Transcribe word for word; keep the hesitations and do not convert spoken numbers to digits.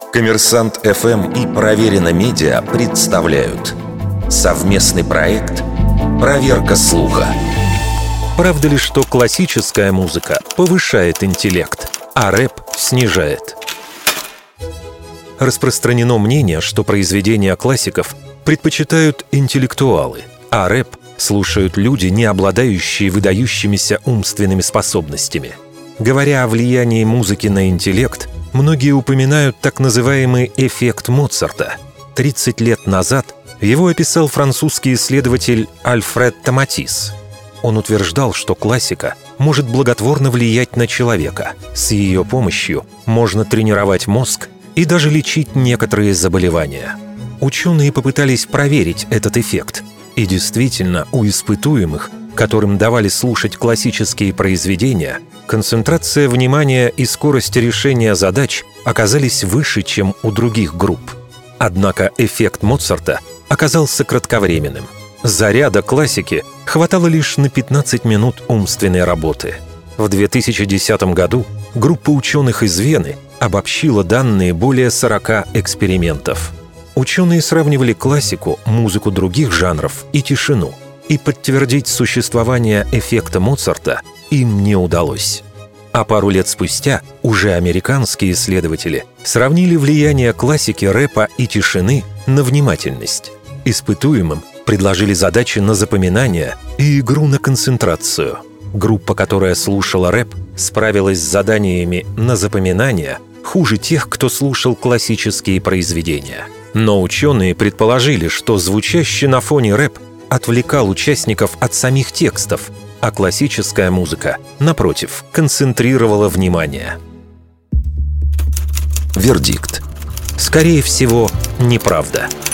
Коммерсант эф эм и Проверено Медиа представляют совместный проект «Проверка слуха». Правда ли, что классическая музыка повышает интеллект, а рэп снижает? Распространено мнение, что произведения классиков предпочитают интеллектуалы, а рэп слушают люди, не обладающие выдающимися умственными способностями. Говоря о влиянии музыки на интеллект, многие упоминают так называемый эффект Моцарта. тридцать лет назад его описал французский исследователь Альфред Томатис. Он утверждал, что классика может благотворно влиять на человека. С ее помощью можно тренировать мозг и даже лечить некоторые заболевания. Ученые попытались проверить этот эффект. И действительно, у испытуемых, которым давали слушать классические произведения, концентрация внимания и скорость решения задач оказались выше, чем у других групп. Однако эффект Моцарта оказался кратковременным. Заряда классики хватало лишь на пятнадцать минут умственной работы. В две тысячи десятом году группа ученых из Вены обобщила данные более сорока экспериментов. Ученые сравнивали классику, музыку других жанров и тишину, и подтвердить существование эффекта Моцарта им не удалось. А пару лет спустя уже американские исследователи сравнили влияние классики, рэпа и тишины на внимательность. Испытуемым предложили задачи на запоминание и игру на концентрацию. Группа, которая слушала рэп, справилась с заданиями на запоминание хуже тех, кто слушал классические произведения. Но ученые предположили, что звучащий на фоне рэп отвлекал участников от самих текстов, а классическая музыка, напротив, концентрировала внимание. Вердикт. Скорее всего, неправда.